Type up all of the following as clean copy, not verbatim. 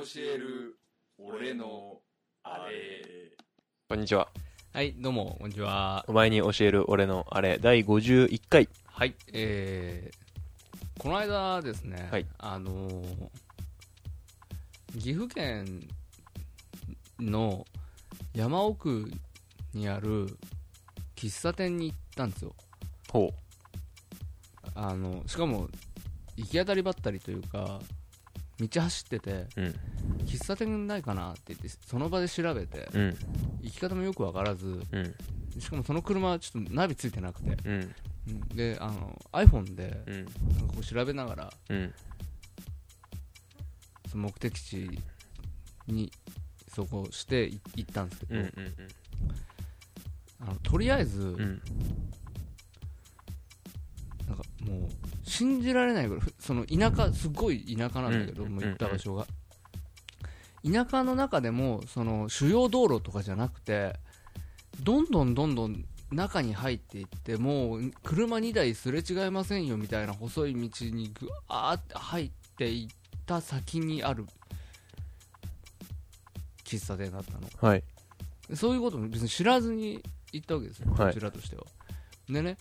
える俺のあれ。 こんにちは。 はい、どうも、こんにちは。 お前に教える俺のあれ第51回。 はい、この間ですね、 はい、 岐阜県の山奥にある喫茶店に行ったんですよ。 ほしかも行き当たりばったりというか、道走ってて、喫茶店ないかなって言ってその場で調べて、行き方もよく分からず、しかもその車はちょっとナビついてなくて、でiPhone でなんかこう調べながら、その目的地にそこして行ったんですけど、とりあえず、なんかもう信じられないぐらい、その田舎、すごい田舎なんだけど、もう行った場所が田舎の中でもその主要道路とかじゃなくて、どんどん中に入っていって、もう車2台すれ違いませんよみたいな細い道にぐわーって入っていった先にある喫茶店だったの。 はい。 そういうことも別に知らずに行ったわけですよ、 はい、 こちらとしては。でね、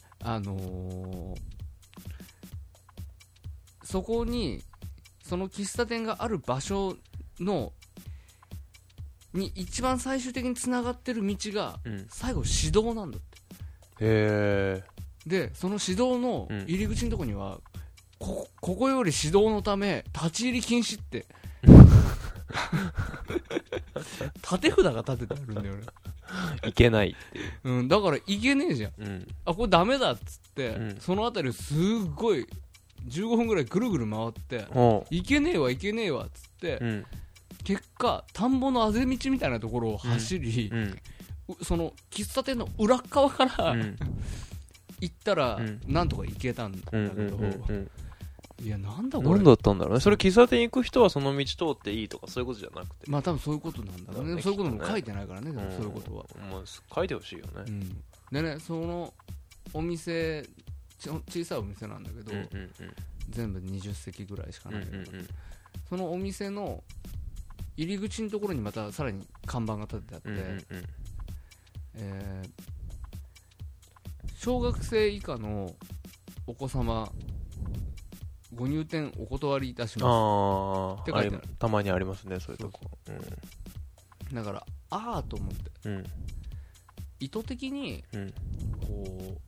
そこにその喫茶店がある場所のに一番最終的に繋がってる道が、最後市道なんだって。 へー。でその市道の入り口のとこには、ここより市道のため立ち入り禁止って立て札が立ててあるんだよね。 いけないっていう、 だからいけねえじゃん、あ、これダメだっつって、その辺りをすっごい15分ぐらいぐるぐる回って、いけねえわっつって、結果田んぼのあぜ道みたいなところを走り、その喫茶店の裏側から、行ったら、なんとか行けたんだけど、いや、なんだこれ、 何だったんだろうね。それ喫茶店行く人はその道通っていいとかそういうことじゃなくて、 まあ多分そういうことなんだろうね。そういうことも書いてないからね、でもそういうことは、 書いてほしいよね。 でね、そのお店、小さいお店なんだけど、全部で20席ぐらいしかないけど、そのお店の入り口のところにまたさらに看板が立ててあって、小学生以下のお子様ご入店お断りいたしますって書いてある。 たまにありますね、そういうとこ。 だからあーと思って、意図的にこ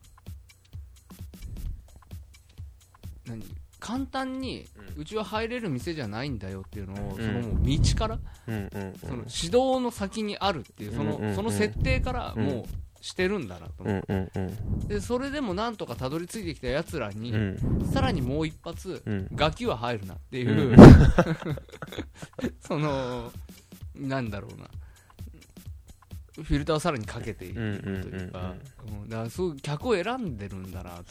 う簡単に、うちは入れる店じゃないんだよっていうのを、そのもう道から、その指導の先にあるっていう、その設定からもうしてるんだなと思って、でそれでもなんとかたどり着いてきたやつらに、さらにもう一発、ガキは入るなっていう、そのなんだろうな、フィルターをさらにかけているというか、だからすごい客を選んでるんだなと思って。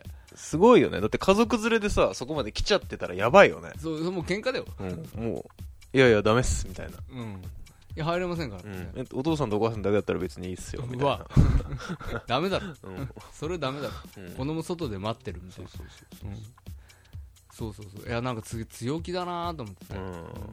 すごいよね。だって家族連れでさ、そこまで来ちゃってたらやばいよね。 そう、もう喧嘩だよ。 もういやダメっすみたいな。 いや入れませんからね。 お父さんとお母さんだけだったら別にいいっすよみたいな。 ダメだろ。それダメだろ。子供外で待ってるみたいな。そう。いやなんか強気だなと思って。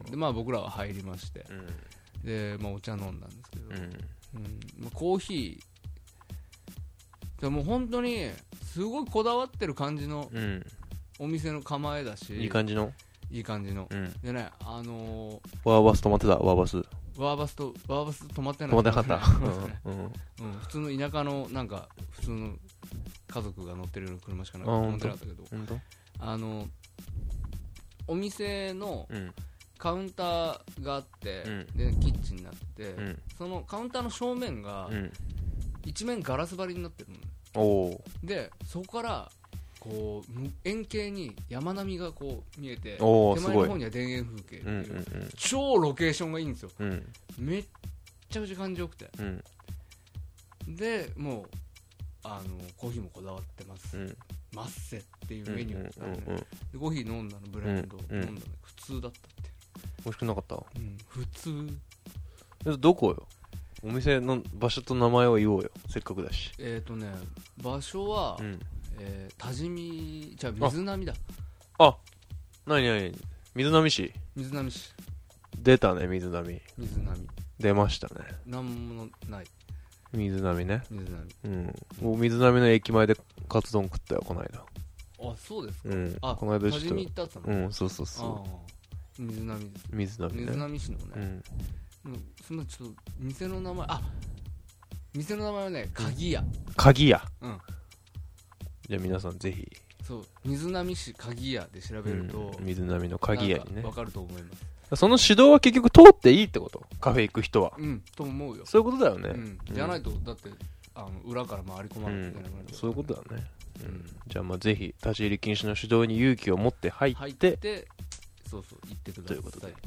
でまあ僕らは入りまして、でまあお茶飲んだんですけど、コーヒーでも本当にすごいこだわってる感じのお店の構えだし、 いい感じの、 でね、 ワーバス止まってた。ワーバス止まってない。 止まってなかった。 普通の田舎のなんか普通の家族が乗ってるような車しか止まってなかったけど、お店のカウンターがあって、でキッチンになってて、そのカウンターの正面が一面ガラス張りになってるの。でそこからこう円形に山並みがこう見えて、手前の方には田園風景っていう、超ロケーションがいいんですよ。めっちゃくちゃ感じよくて、でもうコーヒーもこだわってます、マッセっていうメニューでコーヒー飲んだの、ブレンド飲んだの、普通だったって。 美味しくなかった？ 普通。 どこよ？お店の場所と名前を言おうよ、せっかくだし。 場所は、多治見、水波だ。 あ、なに水波市出たね、水波。 水波出ましたね。 なんもない。 水波ね。 水波。 うん。もう水波の駅前でカツ丼食ったよ、この間。 あ、そうですか。 うん。 あ、 この間多治見行ったやつなの。 うん、そうそうそう。 水波です。 水波ね。 水波市のね。うん。そのちょっと店の名前、店の名前はね、鍵屋。 鍵屋。 うん。 じゃあ皆さんぜひ。 そう、水波市鍵屋で調べると、 水波の鍵屋にね。 わかると思います。 その指導は結局通っていいってこと？カフェ行く人は。 うん、と思うよ。 そういうことだよね。 うん。じゃないと、だって、裏から回り込まないといけない、 そういうことだね。うん。じゃあまあぜひ、立ち入り禁止の指導に勇気を持って入って、 そうそう、行ってください。 ということで。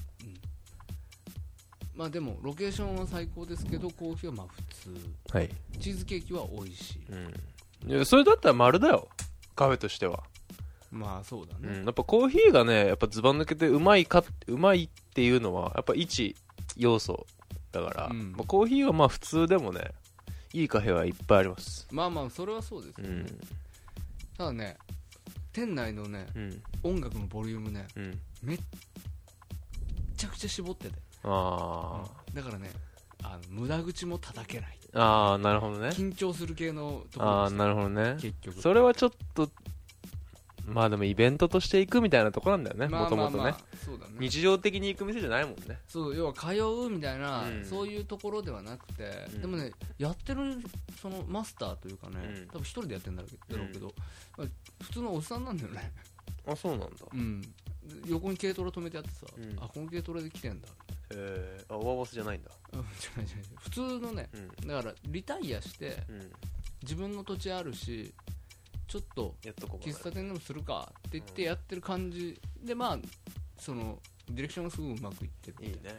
まあでもロケーションは最高ですけど、コーヒーはまあ普通。 はい。 チーズケーキは美味しい。 いや、それだったら丸だよ、カフェとしては。 まあそうだね。 やっぱコーヒーがね、やっぱズバ抜けてうまいっていうのはやっぱ一要素だから、まあ、コーヒーはまあ普通でもね、いいカフェはいっぱいあります。 まあまあそれはそうですよね。ただね、店内のね、音楽のボリュームね、めっちゃくちゃ絞ってて。だからね、無駄口も叩けない。 なるほどね。 緊張する系のところです。 なるほどね。 結局それはちょっと、まあでもイベントとして行くみたいなところなんだよね、もともとね。 そうだね。 日常的に行く店じゃないもんね。 そう、要は通うみたいな、そういうところではなくて、でもね、やってるそのマスターというかね、多分一人でやってるんだろうけど、普通のおっさんなんだよね。 あ、そうなんだ。 横に軽トラ止めてやってさ、この軽トラで来てんだ。 ワーバスじゃないんだ。 普通のね、だからリタイアして、自分の土地あるし、ちょっと喫茶店でもするかって言ってやってる感じで、まあそのディレクションがすごくうまくいってる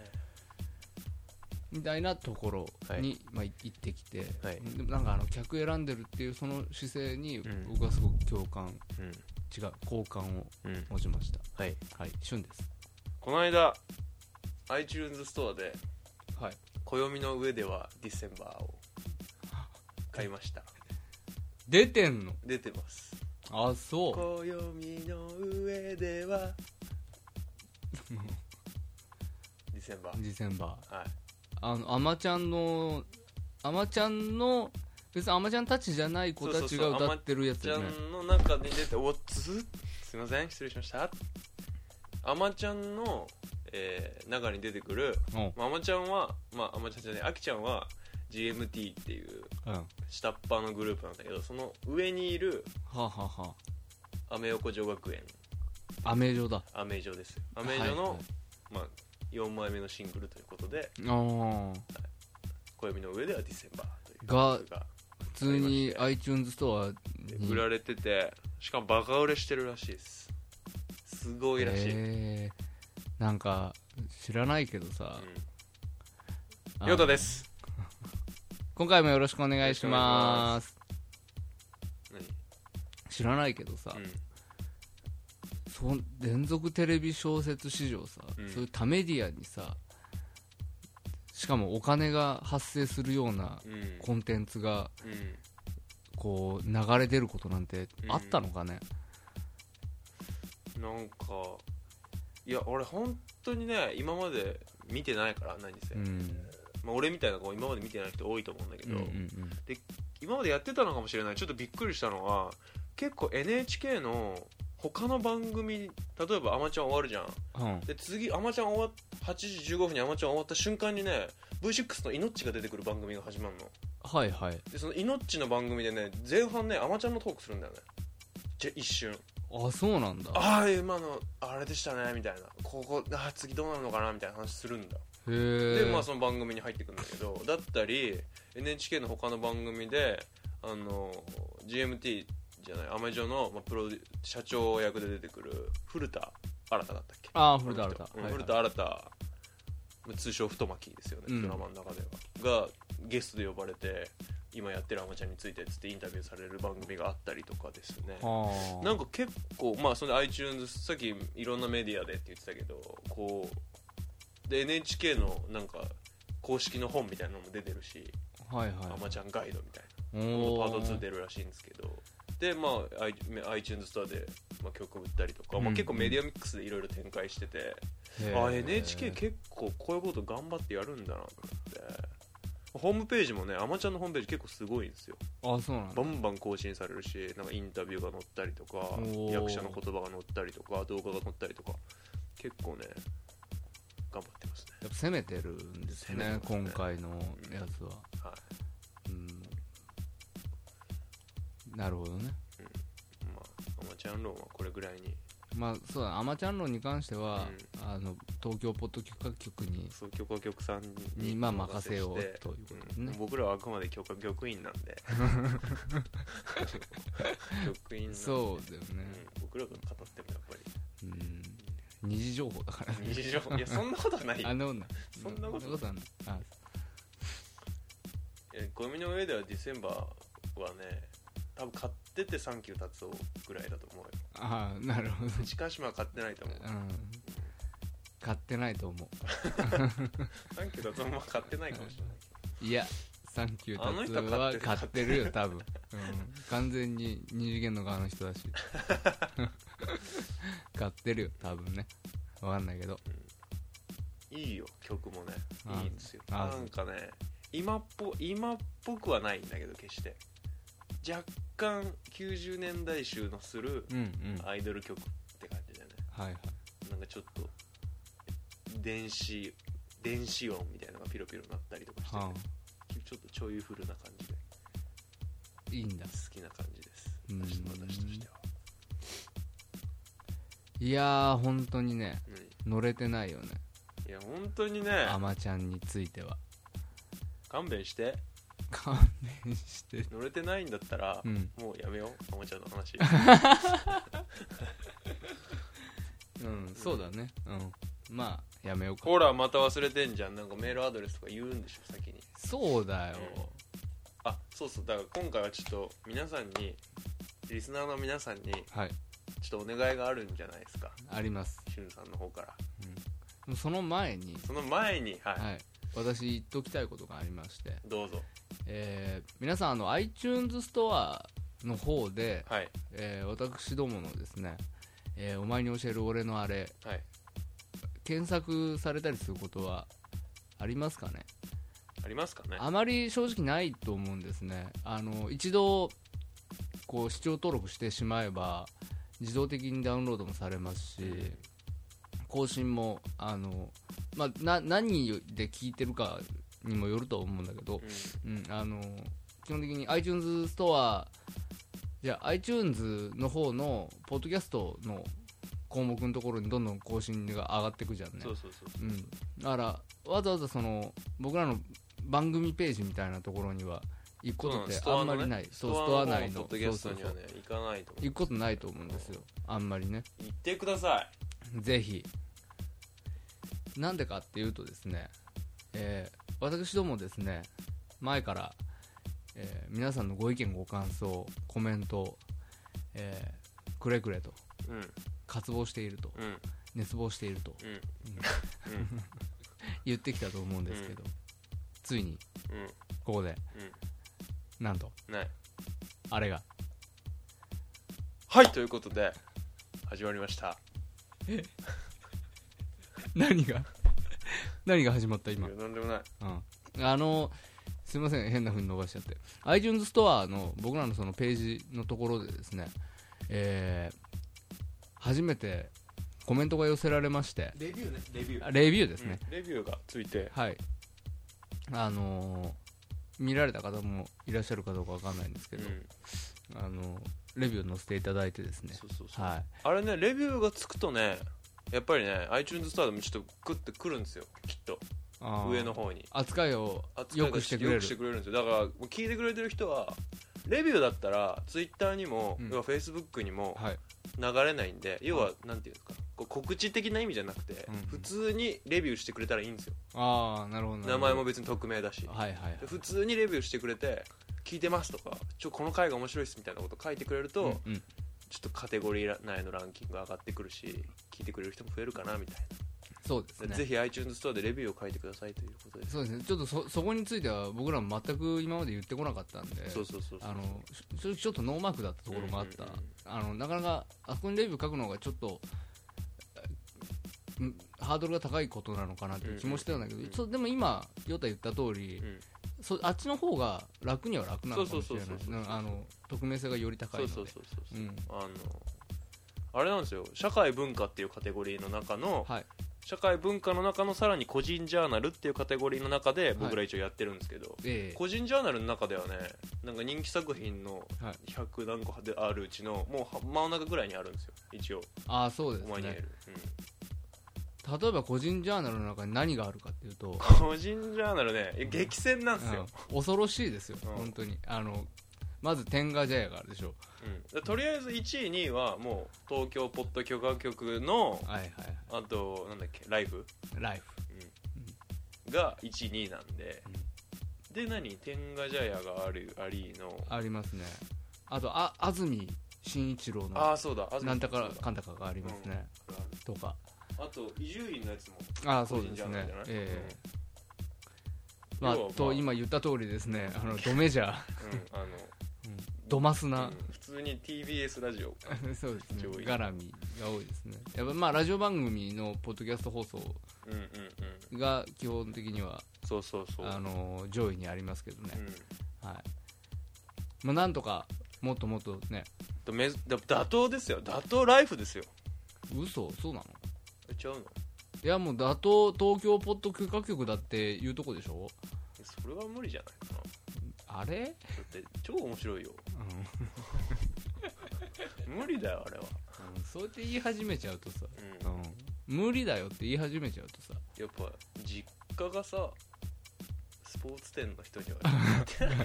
みたいなところにまあ行ってきて、でもなんか客選んでるっていうその姿勢に僕はすごく好感を持ちました。はい、旬です。 この間 iTunes ストアで暦の上ではディセンバーを買いました。 出てんの？ 出てます。 あ、そう。 暦の上ではディセンバー。はい。 アマちゃんの別にアマちゃんたちじゃない子たちが歌ってるやつね。 アマちゃんの中に出て、すいません、失礼しました。アマちゃんの、中に出てくる、アマちゃんは、アマちゃんじゃない、アキちゃんはGMT っていう下っ端のグループなんだけど、その上にいるアメ横女学園、 アメ女だ。 アメ女ですよ。アメ女の、4枚目のシングルということで、暦の上ではディセンバーというが普通に iTunes ストアに売られてて、しかもバカ売れしてるらしいです。すごいらしい。 なんか知らないけどさ、 ヨタです。 今回もよろしくお願いします。知らないけどさ、連続テレビ小説史上さ、そういう多メディアにさ、しかもお金が発生するようなコンテンツがこう流れ出ることなんてあったのかね。 なんかいや、俺本当にね、今まで見てないから何せ、俺みたいな子今まで見てない人多いと思うんだけど、で今までやってたのかもしれない。ちょっとびっくりしたのは、結構 NHK の他の番組、例えばアマちゃん終わるじゃん、で次アマちゃん8時15分にアマちゃん終わった瞬間にね、 V6 のイノッチが出てくる番組が始まるの。でそのイノッチの番組でね、前半ねアマちゃんのトークするんだよね、一瞬。 あ、そうなんだ。 今のあれでしたねみたいな、次どうなるのかなみたいな話するんだ。 でその番組に入ってくるんだけど、だったり NHK の他の番組でGMT じゃない、アメジョの、社長役で出てくる古田新太だったっけ。 古田新太、 古田新太、通称太巻きですよね、ドラマの中ではがゲストで呼ばれて、今やってるアマちゃんについてつってインタビューされる番組があったりとかですね。なんか結構それで iTunes、 さっきいろんなメディアでって言ってたけど、こうで NHK のなんか公式の本みたいなのも出てるし、アマちゃんガイドみたいなパート2出るらしいんですけど、 で、まあ、iTunes ストアで、まあ、曲売ったりとか、まあ、結構メディアミックスでいろいろ展開してて、NHK 結構こういうこと頑張ってやるんだなと思って、ホームページもね、アマちゃんのホームページ結構すごいんですよ。 そうなんだ。 バンバン更新されるし、なんかインタビューが載ったりとか、役者の言葉が載ったりとか、動画が載ったりとか、結構ね頑張ってますね。 やっぱ攻めてるんですね、今回のやつは。 はい、 なるほどね。 まあアマちゃん論はこれぐらいに。 まあそうだ、アマちゃん論に関しては、東京ポッド許可局に許可局さんにまあ任せようということですね。 僕らはあくまで許可局員なんで局員なんで、 そうだよね、 僕らが語ってもやっぱり二次情報だからね。 二次情報、いやそんなことはないよ。 そんなことはない。ゴミの上ではディセンバーはね、多分買っててサンキュー達夫ぐらいだと思うよ。 なるほど。 近島は買ってないと思う。 買ってないと思う。 サンキュー達夫も買ってないかもしれない。 いや、サンキュー達夫は買ってるよ多分。完全に二次元の側の人だし買ってるよ多分ね。わかんないけど、 いいよ、曲もねいいんですよ。なんかね、今っぽくはないんだけど、決して若干90年代集のするアイドル曲って感じだよね。なんかちょっと電子音みたいなのがピロピロなったりとかして、ちょっとちょいフルな感じでいいんだ。 好きな感じです、私としては。 いやー本当にね、乗れてないよね。 いや本当にね、 アマちゃんについては勘弁して。乗れてないんだったら、もうやめよう、アマちゃんの話そうだね。まあやめようか。 ほらまた忘れてんじゃん。なんかメールアドレスとか言うんでしょ先に。 そうだよ、 そうだから今回はちょっと皆さんに、リスナーの皆さんに、ちょっとお願いがあるんじゃないですか。 あります、 しゅんさんの方から。 その前に私言っときたいことがありまして。 どうぞ。 皆さんiTunes ストアの方で、私どものですね、お前に教える俺のあれ、検索されたりすることはありますかね。 ありますかね。 あまり正直ないと思うんですね。一度こう視聴登録してしまえば自動的にダウンロードもされますし、更新も何で聞いてるかにもよると思うんだけど、基本的に iTunes ストアiTunes の方のポッドキャストの項目のところにどんどん更新が上がっていくじゃんね。だからわざわざその僕らの番組ページみたいなところには行くことってあんまりない。ストア内のポッドキャストにはね行かないと思う。行くことないと思うんですよ、あんまりね。 行ってください。ぜひ。なんでかっていうとですね、私どもですね、前から、皆さんのご意見ご感想コメント、くれくれと、渇望していると、熱望していると、言ってきたと思うんですけど、ついにここで、なんとあれがということで始まりました。 何が始まった今。 なんでもない。 すいません、変な風に伸ばしちゃって。 iTunes ストアの僕らのそのページのところでですね、初めてコメントが寄せられまして。 レビューですね、 レビューがついて、 見られた方もいらっしゃるかどうかわかんないんですけど、レビュー載せていただいてですね。 あれね、レビューがつくとね、やっぱりね iTunes ストアでもちょっとグッてくるんですよ、きっと上の方に。 扱いをよくしてくれるんですよ。だから聞いてくれてる人はレビューだったら Twitter にも、要は Facebook にも流れないんで、要はなんていうんですか、告知的な意味じゃなくて、普通にレビューしてくれたらいいんですよ。 なるほど。 名前も別に匿名だし、普通にレビューしてくれて、聞いてますとか、この回が面白いですみたいなこと書いてくれると、ちょっとカテゴリー内のランキングが上がってくるし、聞いてくれる人も増えるかなみたいな。 そうですね。 ぜひ iTunes ストアでレビューを書いてくださいということです。 そうですね。ちょっとそこについては僕らも全く今まで言ってこなかったんで、 そうちょっとノーマークだったところもあった、なかなかあそこにレビュー書くのがちょっとハードルが高いことなのかなという気もしてたんだけど、でも今ヨタ言った通り、あっちの方が楽には楽なのかもしれない。匿名性がより高いので。 あれなんですよ、社会文化っていうカテゴリーの中の、 はい、 社会文化の中のさらに個人ジャーナルっていうカテゴリーの中で僕ら一応やってるんですけど、個人ジャーナルの中ではね、なんか人気作品の100何個であるうちのもう真ん中ぐらいにあるんですよ一応。 そうですね。 オマニエル、 例えば個人ジャーナルの中に何があるかっていうと、 個人ジャーナルね、激戦なんですよ、 恐ろしいですよ、本当に。まず天下茶屋があるでしょ、 とりあえず1位2位はもう東京ポッド許可局の、あとなんだっけ、ライフ、が1位2位なんで、で天下茶屋がありのありますね。あと安住紳一郎のなんたかかんたかがありますね、とか、 あと伊集院のやつもそうですね。と今言った通りですね、ドメジャー、ドマスな、 普通に TBS ラジオそうですね、絡みが多いですね。やっぱラジオ番組のポッドキャスト放送が基本的には上位にありますけどね、なんとかもっともっとね、 打倒ですよ、打倒ライフですよ。 嘘、そうなの？ ちゃうの？ いや、もう打倒東京ポッド許可局だっていうとこでしょ。 それは無理じゃないかな。 あれ？だって超面白いよ、無理だよあれは、 そうやって言い始めちゃうとさ、無理だよって言い始めちゃうとさ、 やっぱ実家がさスポーツ店の人には勝てない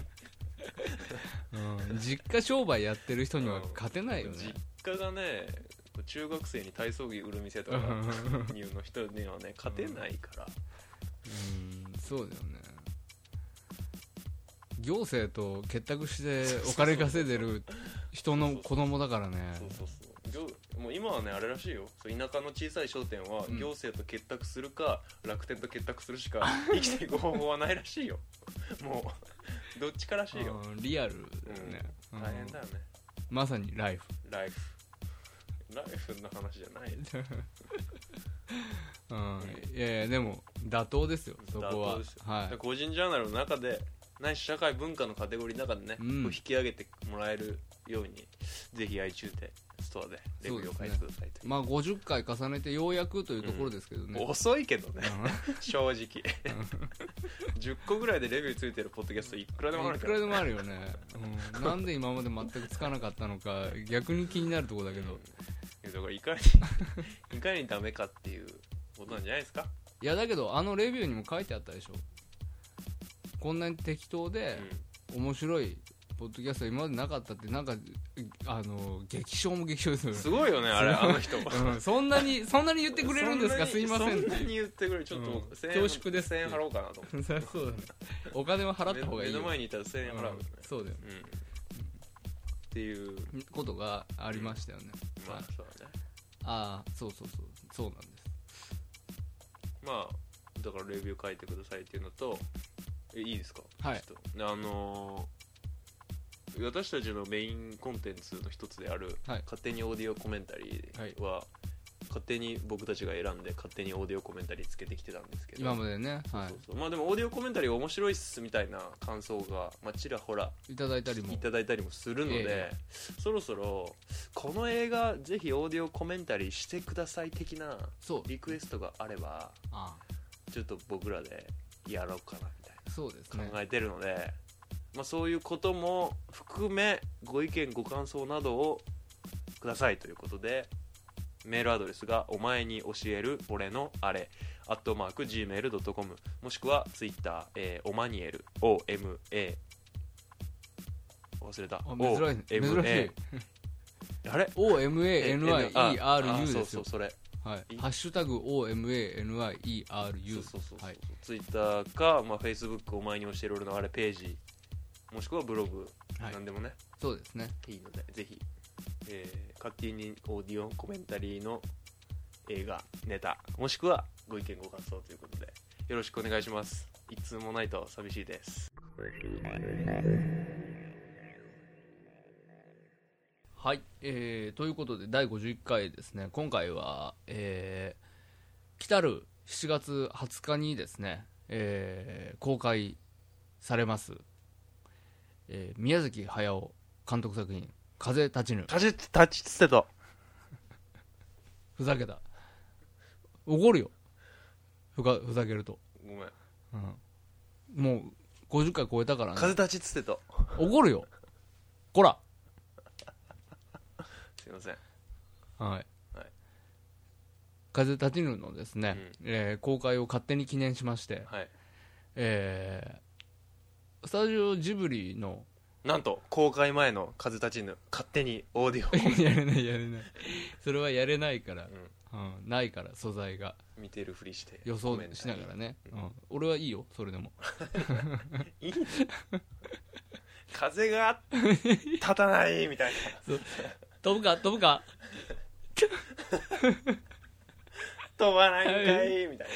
実家商売やってる人には勝てないよね。 実家がね、中学生に体操着売る店とかいうの人にはね勝てないから、 そうだよね。行政と結託してお金稼いでる人の子供だからね。もう今はねあれらしいよ、田舎の小さい商店は行政と結託するか、楽天と結託するしか生きていく方法はないらしいよもうどっちからしいよ、 リアルだよね、 大変だよね。 まさにライフの話じゃないいやいや、でも妥当ですよ、そこは。 個人ジャーナルの中でないし社会文化のカテゴリーの中でね、引き上げてもらえるようにぜひ iTunes でストアでレビューを書いてくださいという。 50回重ねてようやくというところですけどね、 遅いけどね正直10個ぐらいでレビューついてるポッドキャストいくらでもあるから、 いくらでもあるよね、なんで今まで全くつかなかったのか逆に気になるところだけど、 だからいかにダメかっていうことなんじゃないですか。 いやだけどレビューにも書いてあったでしょ、こんなに適当で面白いポッドキャスト今までなかったって、なんか激賞も激賞ですよね。 すごいよねあの人そんなに言ってくれるんですか、すいませんって。 そんなに言ってくれる、ちょっと恐縮です、 1000円払おうかなと思ってそうだね、お金は払った方がいいよ、 目の前にいたら1000円払うよね、 そうだよ、 っていうことがありましたよね。 まあそうだね、 そうなんです。 まあだからレビュー書いてくださいっていうのと、いいですか、 はい、 私たちのメインコンテンツの一つである、勝手にオーディオコメンタリーは、勝手に僕たちが選んで勝手にオーディオコメンタリーつけてきてたんですけど、 今までね、 まあでもオーディオコメンタリー面白いっすみたいな感想が、ちらほらいただいたりもするので、そろそろこの映画ぜひオーディオコメンタリーしてください的なリクエストがあれば、ちょっと僕らでやろうかなみたいな、 そうですね、 考えてるので、そういうことも含めご意見ご感想などをくださいということで、メールアドレスがお前に教える俺のあれ@gmail.com、 もしくはツイッター、オマニエル OMA 忘れた、 珍しいあれ OMANIERU ですよ、 それ、 ハッシュタグ OMANIERU、 ツイッターか、Facebook お前に教える俺のあれページ、もしくはブログ、なんでもね、 そうですね、 いいのでぜひ、勝手にオーディオコメンタリーの映画ネタもしくはご意見ご感想ということでよろしくお願いします。一通もないと寂しいです。 はい、ということで第51回ですね。今回は、来たる7月20日にですね、公開されます、宮崎駿監督作品風立ちぬ。 立ちつてとふざけた。怒るよ、ふざけると。 ごめん、 もう50回超えたからね。 風立ちつてと怒るよこら。 すいません。 はい、 はい、 風立ちぬのですね、公開を勝手に記念しまして、 はい、 スタジオジブリのなんと公開前の風立ちぬ勝手にオーディオやれないそれはやれないから、ないから素材が見てるふりして予想しながらね、俺はいいよそれでもいい風が立たないみたいな飛ぶか飛ばないんかいみたい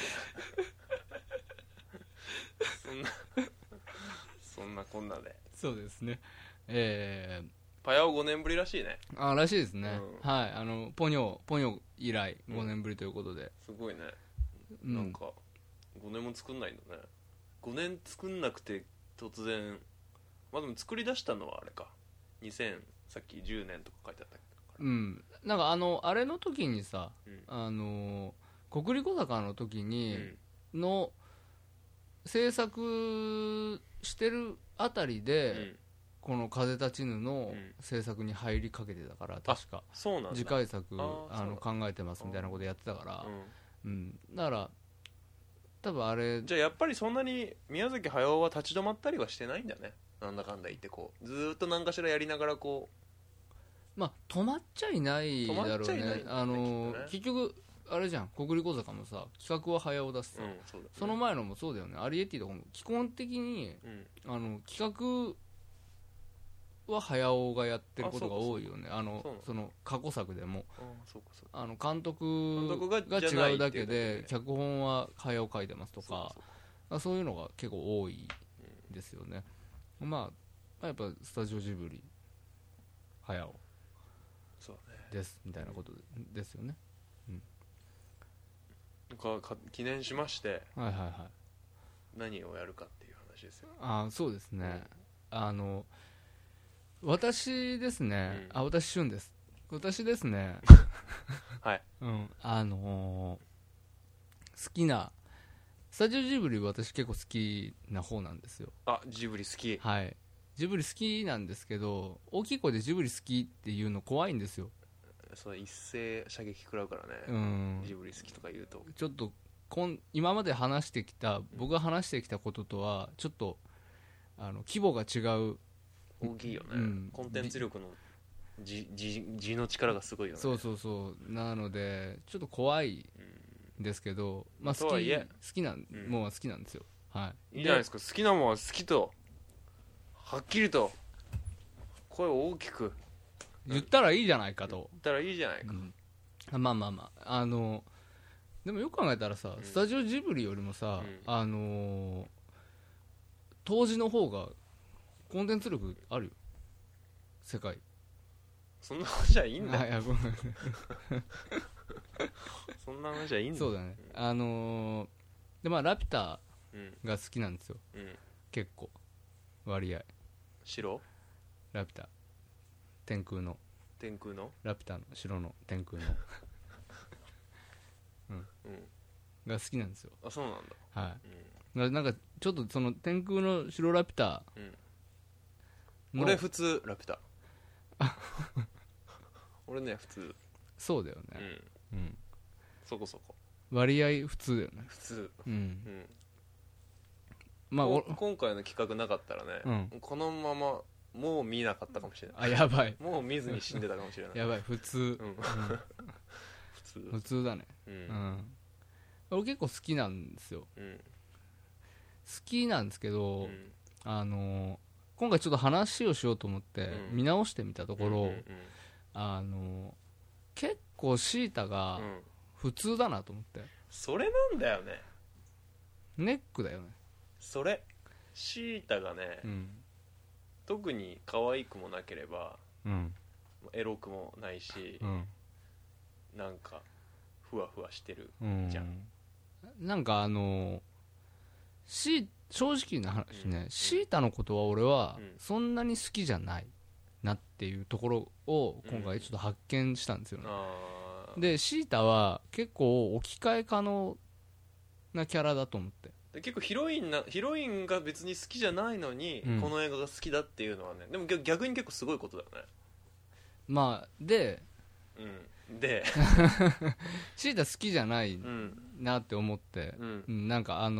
なそんなこんなで。 そうですね。 パヤオ5年ぶりらしいね。 らしいですね、はい。ポニョ以来5年ぶりということで、 すごいね、なんか5年も作んないんだね。5年作んなくて突然、まあでも作り出したのはあれか2000さっき10年とか書いてあったけど、 なんかあれの時にさ、国立小坂の時にの制作してるあたりで、この風立ちぬの制作に入りかけてたから、確かそうなんだ、 次回作考えてますみたいなことやってたから、だから多分あれじゃあやっぱりそんなに宮崎駿は立ち止まったりはしてないんだね。なんだかんだ言ってこうずーっと何かしらやりながらこう止まっちゃいないだろうね。結局あれじゃん、国立小坂もさ企画は駿だしさ、 そうだね、 その前のもそうだよね。アリエッティとかも基本的に、企画は駿がやってることが多いよね。その過去作でも監督が違うだけで脚本は駿書いてますとか、そういうのが結構多いですよね。やっぱスタジオジブリ駿ですみたいなことですよね。 記念しまして、何をやるかっていう話ですよ。 そうですね、私ですね、私俊です。私ですねはい、 好きなスタジオジブリ、私結構好きな方なんですよ。 ジブリ好き。 はい、ジブリ好きなんですけど、大きい声でジブリ好きっていうの怖いんですよ。 そう一斉射撃食らうからね、ジブリ好きとか言うとちょっと今まで僕が話してきたこととはちょっと規模が違う。 大きいよね、コンテンツ力の字の力がすごいよね。 そうなのでちょっと怖いんですけど、好きなもんは好きなんですよ。 いいじゃないですか。好きなもんは好きとはっきりと声を大きく言ったらいいじゃないかと。 言ったらいいじゃないか、 でもよく考えたらさ、スタジオジブリよりもさ、当時の方がコンテンツ力あるよ、世界。 そんな話はいいんだよ。 ごめんそんな話はいいんだよ。 そうだね。でラピュタが好きなんですよ、結構割合。 白ラピュタ、天空のラピュタの白の天空のが好きなんですよ。 そうなんだ。 はい、なんかちょっとその天空の白ラピュタ、 俺普通ラピュタ俺ね普通。 そうだよね、 そこそこ割合普通だよね。 普通。今回の企画なかったらね、このままもう見なかったかもしれない。 やばい、 もう見ずに死んでたかもしれない。 やばい、普通、普通だね。俺結構好きなんですよ、好きなんですけど、今回ちょっと話をしようと思って見直してみたところ、結構シータが普通だなと思って。 それなんだよね。 ネックだよね。 それシータがね、特に可愛くもなければ、エロくもないし、なんかふわふわしてるじゃん。 なんか正直な話ね、シータのことは俺はそんなに好きじゃないなっていうところを今回ちょっと発見したんですよね。でシータは結構置き換え可能なキャラだと思って。 で結構ヒロインが別に好きじゃないのに、この映画が好きだっていうのはね、でも逆に結構すごいことだよね。 まあでシータ好きじゃないなって思って、なんか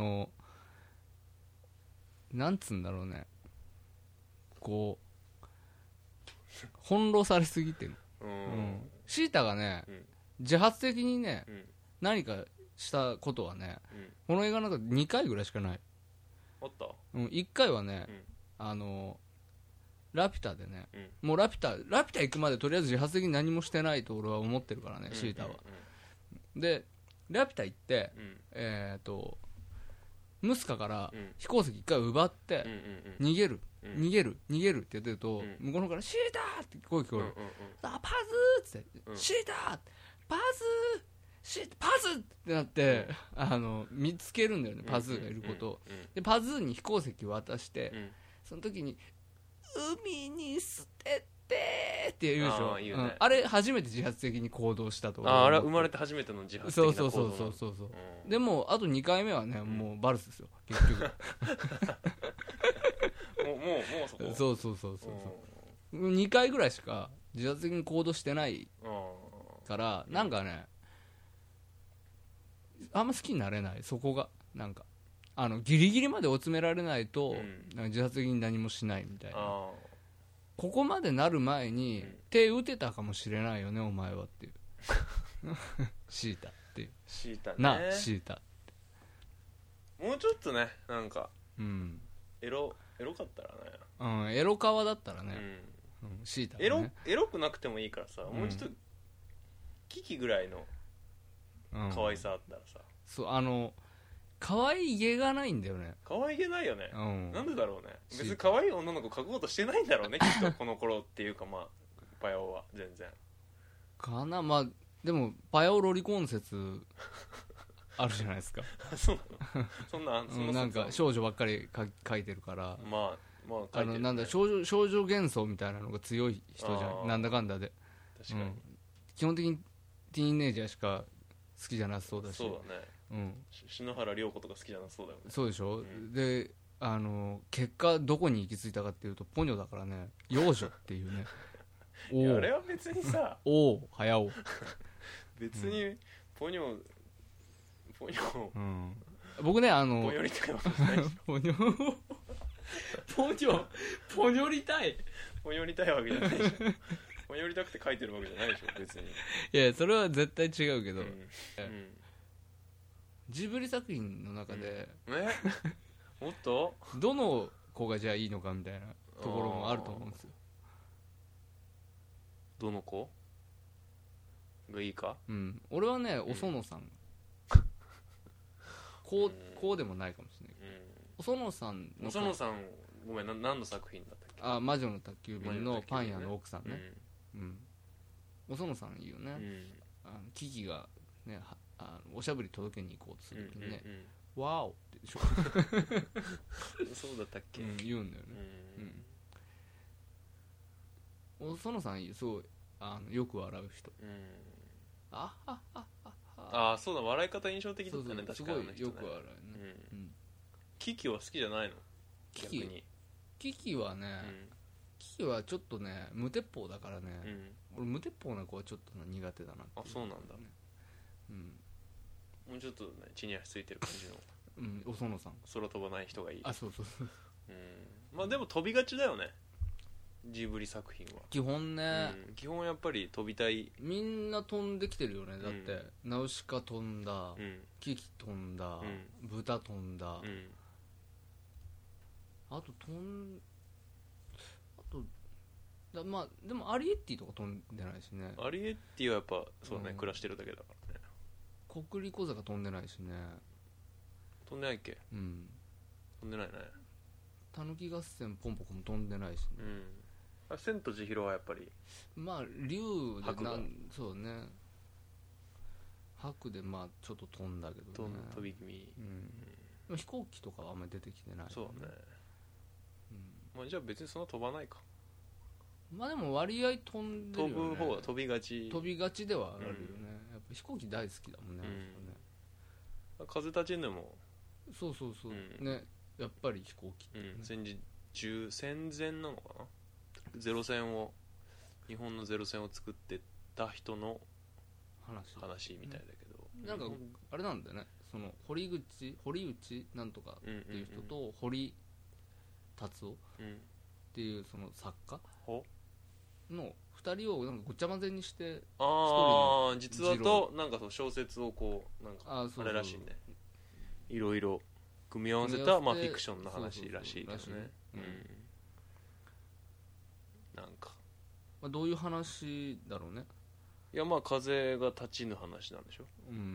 なんつうんだろうね、こう翻弄されすぎてる。シータがね、自発的にね、何かしたことはね、この映画の中で2回ぐらいしかない。 あった？ 1回はね、ラピュタでね、もうラピュタ行くまでとりあえず自発的に何もしてないと俺は思ってるからね、シータは。でラピュタ行って、ムスカから飛行石1回奪って、逃げるって言ってると、向こうの方からシーターって声聞こえる。パズーってシーターパズーってなって、見つけるんだよね、パズーがいることを。でパズーに飛行石を渡して、その時に海に捨ててって言うでしょ。あれ初めて自発的に行動したと。 あれは生まれて初めての自発的な行動。 そうでもあと2回目はね、もうバルスですよ結局。もうそこ。そう2回ぐらいしか自発的に行動してないから、なんかね、あんま好きになれない。そこがなんかギリギリまで追い詰められないと、なんか自発的に何もしないみたいな。ここまでなる前に手打てたかもしれないよねお前はっていう。シータっていう。 シータね。 なシータってもうちょっとね、なんかエロかったらね、エロカワだったらね、シータね、 エロくなくてもいいからさ、もうちょっとキキぐらいの可愛さあったらさ。 そう可愛いげがないんだよね。 可愛げないよね。なんでだろうね。別に可愛い女の子描こうとしてないんだろうねきっとこの頃っていうか、まあパヤオは全然かな。まあでもパヤオロリコン説あるじゃないですか。 そうなの？そんななんか少女ばっかり描いてるから、 まあ描いてるね。 なんだ少女幻想みたいなのが強い人じゃん、なんだかんだで。 確かに、 基本的にティーンネイジャーしか好きじゃなさそうだし。 そうだね。篠原涼子とか好きじゃなそうだよね。 そうでしょ。で結果どこに行き着いたかっていうとポニョだからね、幼女っていうね。 あれは別にさ、 早尾別にポニョ、 僕ねポニョりたいわけじゃないでしょ。 ポニョりたいわけじゃないでしょ。ポニョりたくて書いてるわけじゃないでしょ別に。 いやそれは絶対違うけど、ジブリ作品の中で、 もっとどの子がじゃあいいのかみたいなところもあると思うんですよ。 どの子がいいか。 俺はね、お園さんこうでもないかもしれないけど、お園さんごめん、何の作品だったっけ。 魔女の宅急便のパン屋の奥さんね。お園さんいいよね。キキがね、おしゃぶり届けに行こうとするときにね、ワオってでしょ。 そうだったっけ。 言うんだよね。お園さんいい、すごいよく笑う人。 そうだ、笑い方印象的だったね。確かにすごいよく笑うね。 キキは好きじゃないの？ キキはね、キキはちょっとね無鉄砲だからね、俺無鉄砲な子はちょっと苦手だなって。 そうなんだ。もうちょっとね地に足ついてる感じの。 お園さん空飛ばない人がいい。 そうまあでも飛びがちだよねジブリ作品は基本ね。 基本やっぱり飛びたい。 みんな飛んできてるよね。だってナウシカ飛んだ、キキ飛んだ、豚飛んだ、あとまあでもアリエッティとか飛んでないしね。 アリエッティはやっぱそうね、暮らしてるだけだからね。 国立小坂飛んでないしね。 飛んでないっけ。 うん飛んでないね。 たぬき合戦ポンポコも飛んでないしね、 うん、千と千尋はやっぱりまあ竜で白がそうね、白でまあちょっと飛んだけどね、 飛び気味、 でも飛行機とかはあんまり出てきてない、 そうね、まあ、じゃあ別にそんな飛ばないか。 まあでも割合飛んでるよね。 飛ぶ方が飛びがちではあるよね、やっぱ飛行機大好きだもんね、風立ちぬもそうね、やっぱり飛行機ってね、 戦前なのかな、ゼロ戦を日本のゼロ戦を作ってた人の話みたいだけど、 なんかあれなんだよね、その堀内なんとかっていう人と堀達夫っていうその作家の2人をなんかごちゃ混ぜにして、 実話となんかその小説をこうなんかあれらしいね、いろいろ組み合わせたまあフィクションの話らしいけどね。なんか、 まあ、どういう話だろうね。 いやまあ風が立ちぬ話なんでしょ。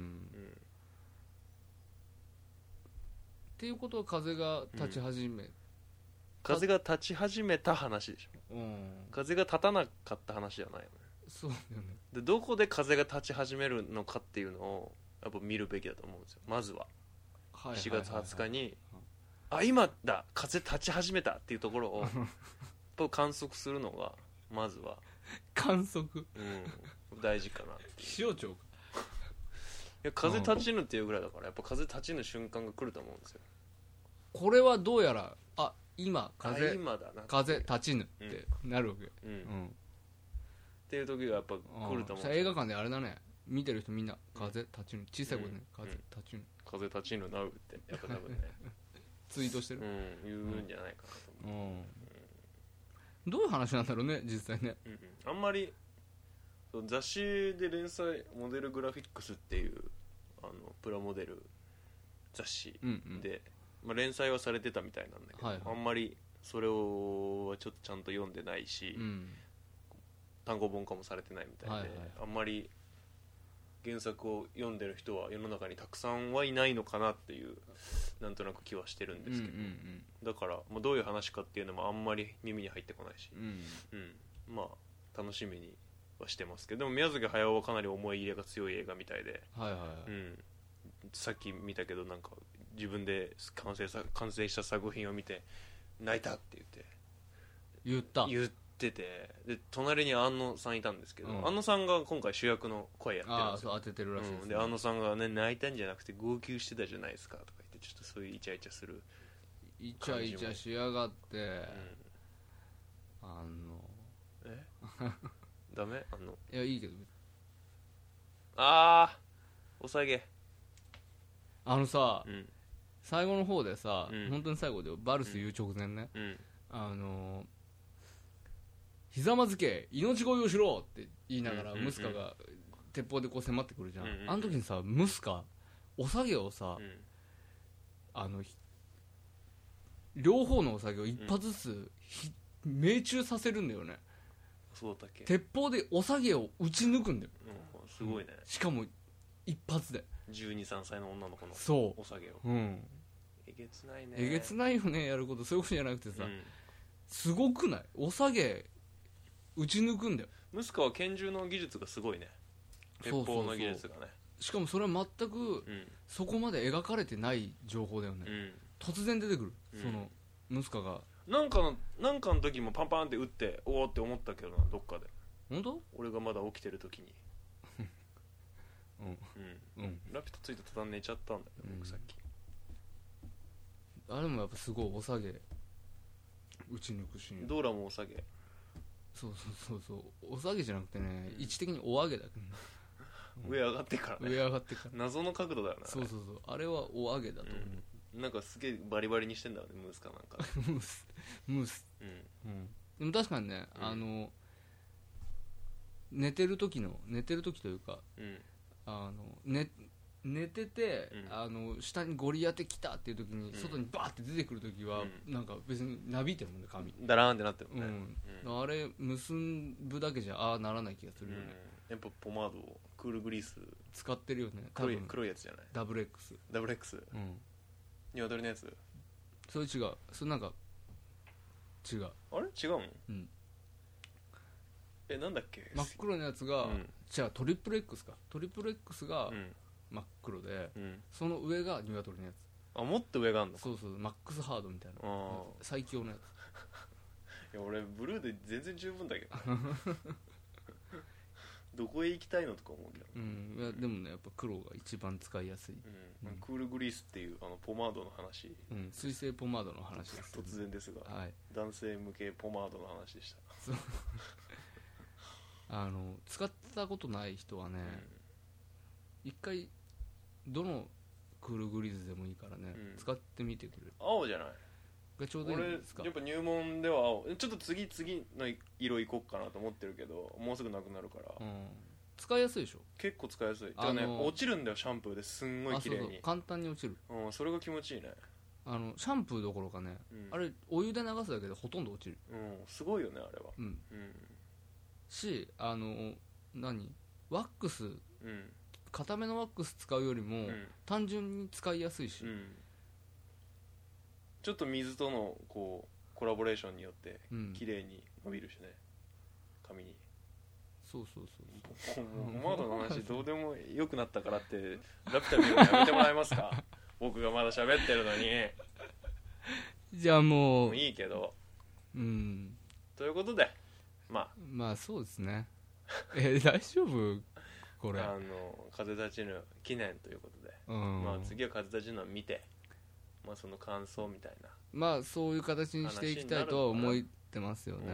っていうことは風が立ち始め、 風が立ち始めた話でしょ、風が立たなかった話じゃないよね。 そうだよね。 でどこで風が立ち始めるのかっていうのをやっぱ見るべきだと思うんですよ。まずは4月20日に今だ風立ち始めたっていうところを観測するのがまずは観測、 大事かなって。 気象庁か。 いや風立ちぬっていうぐらいだからやっぱ風立ちぬ瞬間が来ると思うんですよ。 これはどうやら今風今だな風立ちぬってなるわけ、 っていう時がやっぱ来ると思う。 映画館であれだね、見てる人みんな風立ちぬ、小さい声でね、風立ちぬ、 風立ちぬなうってやっぱ多分ねツイートしてる、 言うんじゃないかなと思う。 どういう話なんだろうね実際ね。 あんまり雑誌で連載モデルグラフィックスっていうプラモデル雑誌で、まあ、連載はされてたみたいなんだけど、あんまりそれをはちょっとちゃんと読んでないし、単行本化もされてないみたいで、あんまり原作を読んでる人は世の中にたくさんはいないのかなっていうなんとなく気はしてるんですけど、だから、まあ、どういう話かっていうのもあんまり耳に入ってこないし、まあ楽しみにはしてますけど、でも宮崎駿はかなり思い入れが強い映画みたいで、さっき見たけどなんか自分で完成した作品を見て泣いたって言ってて、で隣に庵野さんいたんですけど、庵野さんが今回主役の声やってるんですよ。 当ててるらしいですね。 で庵野さんが、ね、泣いたんじゃなくて号泣してたじゃないですかとか言って、ちょっとそういうイチャイチャするイチャイチャしやがって、 ダメ？ いやいいけど、 お下げさ、最後の方でさ、本当に最後でバルス言う直前ね、ひざまずけ命乞いをしろって言いながらムスカが鉄砲でこう迫ってくるじゃん、あの時にさムスカお下げをさ、両方のお下げを一発ずつ、命中させるんだよね。 そうだっけ。 鉄砲でお下げを撃ち抜くんだよ、 すごいね。 しかも一発で 12,13 歳の女の子のお下げを、えげつないね。 えげつないよね、やること。そういうことじゃなくてさ、すごくない？お下げ撃ち抜くんだよ。 ムスカは拳銃の技術がすごいね。鉄砲の技術がね。 しかもそれは全くそこまで描かれてない情報だよね、突然出てくる、そのムスカがなんかの時もパンパンって撃っておおって思ったけどな、どっかで。 本当？ 俺がまだ起きてる時にラピュタついた途端寝ちゃったんだよ、僕さっき。 あれもやっぱすごいお下げ撃ち抜くシーン。 ドーラもお下げ。 そうお下げじゃなくてね、位置的にお上げだけどね、 上上がってからね。 上上がってから謎の角度だよね。 そうあれはお上げだと思う。なんかすげえバリバリにしてんだよね、ムースかなんかムース、でも確かにね、寝てる時というか、寝てて、下にゴリ当てきたっていう時に、外にバーって出てくる時は、なんか別になびいてるもんね、髪ダラーンってなってるもんね、 あれ結ぶだけじゃならない気がするよね、 やっぱポマードをクールグリース使ってるよね、多分黒いやつじゃない？ ダブル X。 ダブル X？ 鶏のやつ？ それ違う、それなんか違う。 あれ違うの？なんだっけ？ 真っ黒のやつが、じゃあトリプル X か、トリプル X が真っ黒で、その上が鶏のやつ。 あ、もっと上があるのか。 そうそう、マックスハードみたいな、最強のやつ。 いや俺ブルーで全然十分だけどどこへ行きたいのとか思うけど、 いやでもね、やっぱ黒が一番使いやすい。 クールグリースっていうポマードの話、 水性ポマードの話です、 突然ですが、男性向けポマードの話でした。そう使ったことない人はね、一回どのクールグリーズでもいいからね、使ってみてくれる。 青じゃないがちょうどいいですか？ 俺やっぱ入門では青、ちょっと次の色いこっかなと思ってるけど、もうすぐなくなるから、 使いやすいでしょ？ 結構使いやすい。落ちるんだよ、シャンプーですんごい綺麗に。そう簡単に落ちる。 それが気持ちいいね。 シャンプーどころかね、あれお湯で流すだけでほとんど落ちる。 すごいよねあれは。 し、ワックス、固めのワックス使うよりも、単純に使いやすいし、 ちょっと水とのコラボレーションによって綺麗に伸びるしね、髪に。 そうそうそう。ポマードの話どうでもよくなったからってラピュタ見るのやめてもらえますか？僕がまだ喋ってるのに。 じゃあもういいけど。ということで、まあそうですね。大丈夫これ？ 風立ちぬ記念ということで、まあ次は風立ちぬを見て、まあその感想みたいな、 まあそういう形にしていきたいとは思ってますよね。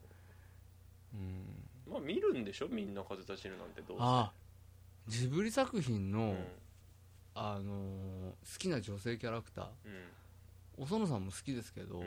まあ見るんでしょみんな風立ちぬなんて。どうせジブリ作品の好きな女性キャラクター、お園さんも好きですけど、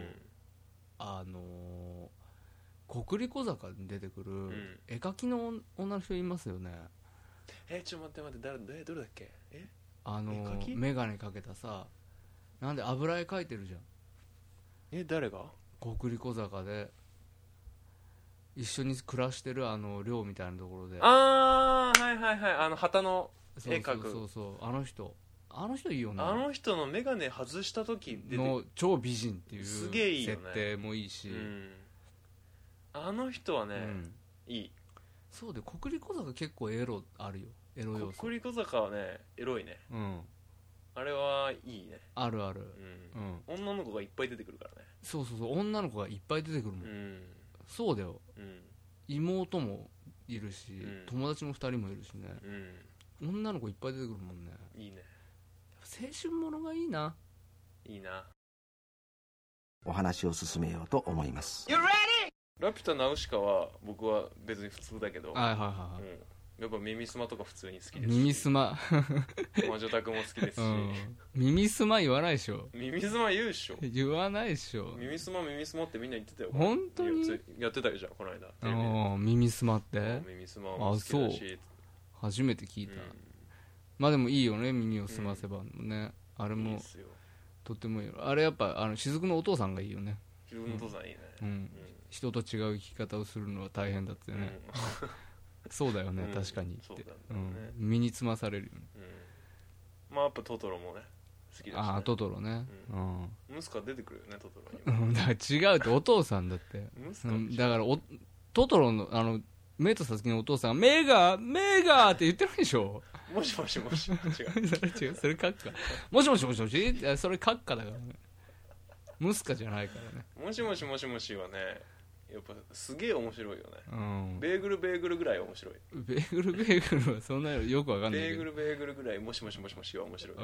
国立小坂に出てくる絵描きの女の人いますよね。 ちょっと待って、どれだっけ？ メガネかけたさ、なんで油絵描いてるじゃん。 誰が？ 国立小坂で一緒に暮らしてる寮みたいなところで。 はいはいはい、旗の絵描く。 そうあの人いいよね。 あの人のメガネ外した時の超美人っていうすげえいいよね。 設定もいいし、 あの人はね、いい。 そうで、国立小坂結構エロあるよ。エロ要素。 国立小坂はねエロいね。あれはいいね。 あるある。 女の子がいっぱい出てくるからね。 そう女の子がいっぱい出てくるもん。そうだよ。妹もいるし、友達も2人もいるしね。女の子いっぱい出てくるもんね。 いいね。 青春ものがいいな。 いいな。 お話を進めようと思います。 ラピュタナウシカは僕は別に普通だけど、やっぱ耳すまとか普通に好きですし、 耳すま魔女宅も好きですし、 耳すま言わないでしょ。 耳すま言うでしょ。 言わないでしょ。 耳すまってみんな言ってたよ。 本当にやってたよじゃんこの間。 耳すまって。 耳すまも好きだし。 初めて聞いた。まあでもいいよね、耳をすませばね。あれもとってもいいよ。あれやっぱ雫のお父さんがいいよね。 雫のお父さんいいね。 人と違う生き方をするのは大変だってね。そうだよね、確かにって。身につまされるよね。 まあやっぱトトロもね好きだし。 トトロね。 ムスカ出てくるよねトトロに。だから違うって、お父さんだって。だからトトロのメイとサツキのお父さんがメガって言ってるでしょ。 もしもしもし違うそれカッカ。もしもしもしもしそれカッカだからね。ムスカじゃないからね。 もしもしもしもしはねやっぱすげえ面白いよね。ベーグルぐらい面白い。 ベーグルはそんなよくわかんないけど、 ベーグルぐらいもしもしもしもしは面白い。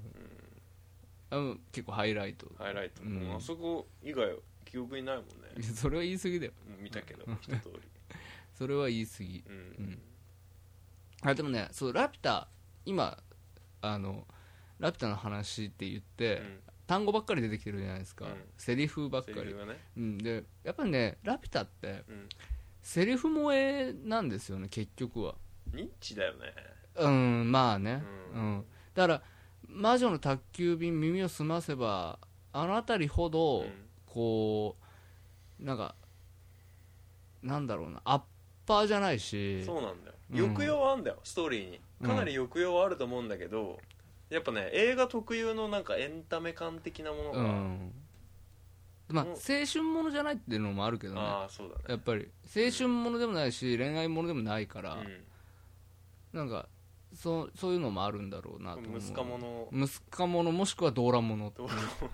結構ハイライト。 あそこ以外記憶にないもんね。 それは言い過ぎだよ。 見たけど一通り。 それは言い過ぎ。でもね、そうラピュタ今ラピュタの話って言って、単語ばっかり出てきてるじゃないですか。セリフばっかり。でやっぱりね、ラピュタって、セリフ萌えなんですよね結局は。 ニッチだよね。 まあね。だから魔女の宅急便、耳をすませば、あの辺りほどこうなんかなんだろうな、アッパーじゃないし。 そうなんだよ。 抑揚はあるんだよ、ストーリーにかなり抑揚はあると思うんだけど、やっぱね映画特有のなんかエンタメ感的なものが、 まあ青春ものじゃないっていうのもあるけどね。 ああそうだね、 やっぱり青春ものでもないし恋愛ものでもないから、なんかそういうのもあるんだろうなと思う。息子ものもしくはドーラものって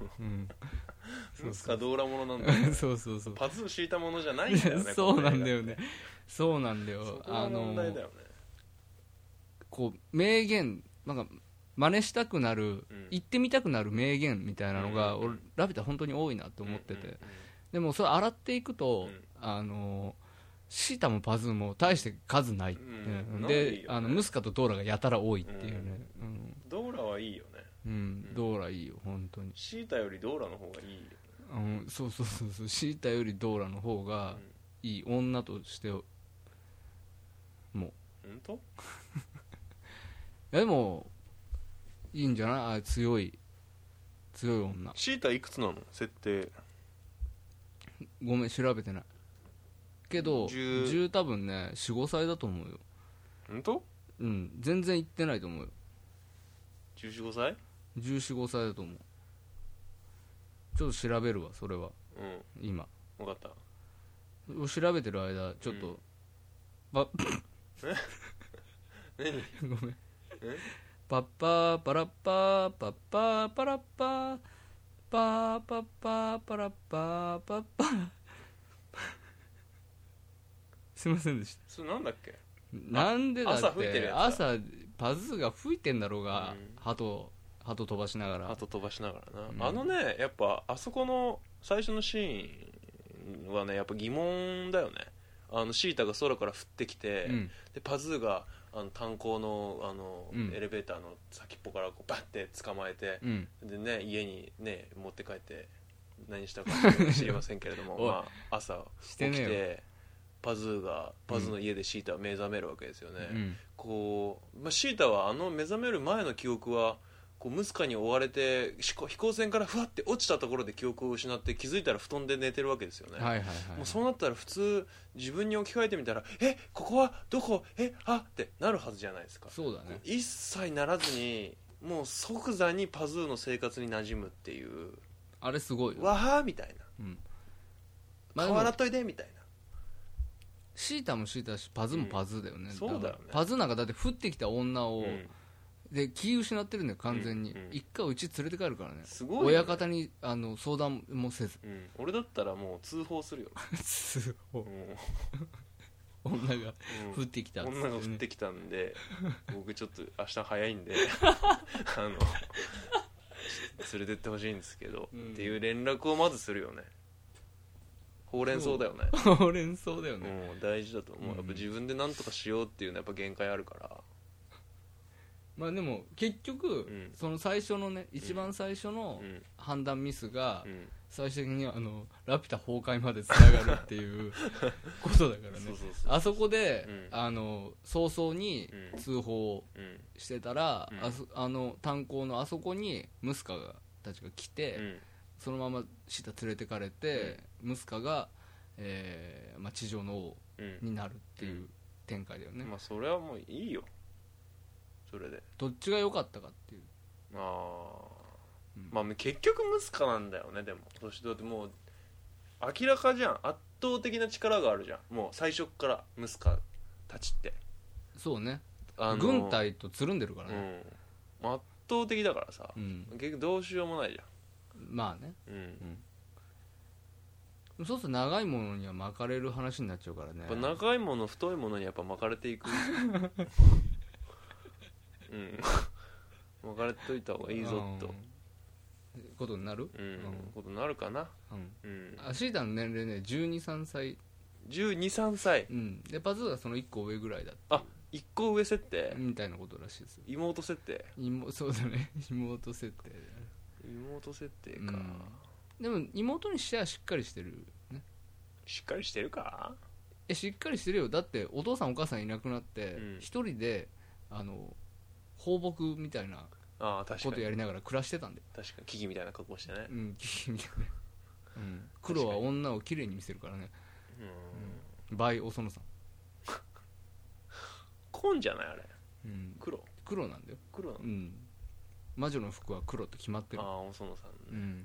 息子ドーラものなんだよねそうそうそう、 パズー敷いたものじゃないんだよねそうなんだよね、そうなんだよ。 そこが問題だよね。 こう名言なんか真似したくなる、言ってみたくなる名言みたいなのが、俺ラピュタ本当に多いなって思ってて、でもそれ洗っていくと、シータもパズーも大して数ないって、でムスカとドーラがやたら多いっていうね、 ドーラはいいよね、 ドーラいいよ本当に。 シータよりドーラの方がいいよね、 そうそうそうそう、シータよりドーラの方がいい、女としてもう本当いやでもいいんじゃない、強い女。 シータいくつなの設定。 ごめん調べてないけど10多分ね 4,5 歳だと思うよ。 本当？ 全然いってないと思うよ。 14,15 歳 14,15 歳だと思う。ちょっと調べるわそれは、今分かった。 調べてる間ちょっと、 何ごめんパッパーパラッパーパッパーパラッパーパーパッパーパラッパーパッパーすいませんでした。 それなんだっけ。 なんでだって朝吹いてるやつだ。 朝パズーが吹いてんだろうが、鳩飛ばしながらな、やっぱあそこの最初のシーンはねやっぱ疑問だよね。シータが空から降ってきて、でパズーが炭鉱のエレベーターの先っぽからこうバッて捕まえて、でね家にね持って帰って何したか知りませんけれどもまあ朝起きてパズーの家でシータは目覚めるわけですよね、こう、シータは目覚める前の記憶はこうムスカに追われて飛行船からふわって落ちたところで記憶を失って気づいたら布団で寝てるわけですよね、もうそうなったら普通自分に置き換えてみたらここはどこってなるはずじゃないですか。 そうだね。 一切ならずにもう即座にパズーの生活に馴染むっていう、 あれすごいよ、 わはーみたいな、顔洗っといてみたいな。 シータもシータだしパズーもパズーだよね、 そうだよね。 パズーなんかだって降ってきた女を、で気失ってるんだよ完全に、一回うち連れて帰るからね。 すごい、ね、 親方に相談もせず、 俺だったらもう通報するよ通報、女が降ってきたっつって、ね、 女が降ってきたんで僕ちょっと明日早いんで連れてってほしいんですけど、っていう連絡をまずするよね。ほうれん草だよね。 ほうれん草だよね、 大事だと思う。やっぱ自分で何とかしようっていうのはやっぱ限界あるから。 まあでも結局、その最初のね一番最初の判断ミスが最終的にラピュタ崩壊までつながるっていうことだからね。あそこで、早々に通報してたら、炭鉱のあそこにムスカたちが来て、そのままシータ連れてかれて、ムスカが、地上の王になるっていう展開だよね。 まあそれはもういいよ。それでどっちが良かったかっていう。 まあ結局ムスカなんだよね。でもそしてだってもう明らかじゃん。圧倒的な力があるじゃん。もう最初からムスカたちって。 そうね、軍隊とつるんでるからね、 圧倒的だからさ、結局どうしようもないじゃん。 まあね、そうすると長いものには巻かれる話になっちゃうからね。 やっぱ長いもの太いものにやっぱ巻かれていく巻かれといた方がいいぞとことになる、 ことになるかな。 シータの年齢ね 12,13 歳 12,13 歳、 でパズーはその1個上ぐらいだった。 1個上設定みたいなことらしいですよ。 妹設定。 そうだね妹設定。 妹設定か、 でも妹にしてはしっかりしてるね。 しっかりしてるか。 しっかりしてるよ。だってお父さんお母さんいなくなって一人で放牧みたいなことやりながら暮らしてたんで。 確かにキキみたいな格好してね。 キキみたいな、黒は女をきれいに見せるからね。バイお園さん紺じゃないあれ、 黒なんだよ。 黒なの、 魔女の服は黒って決まってる。 ああお園さん、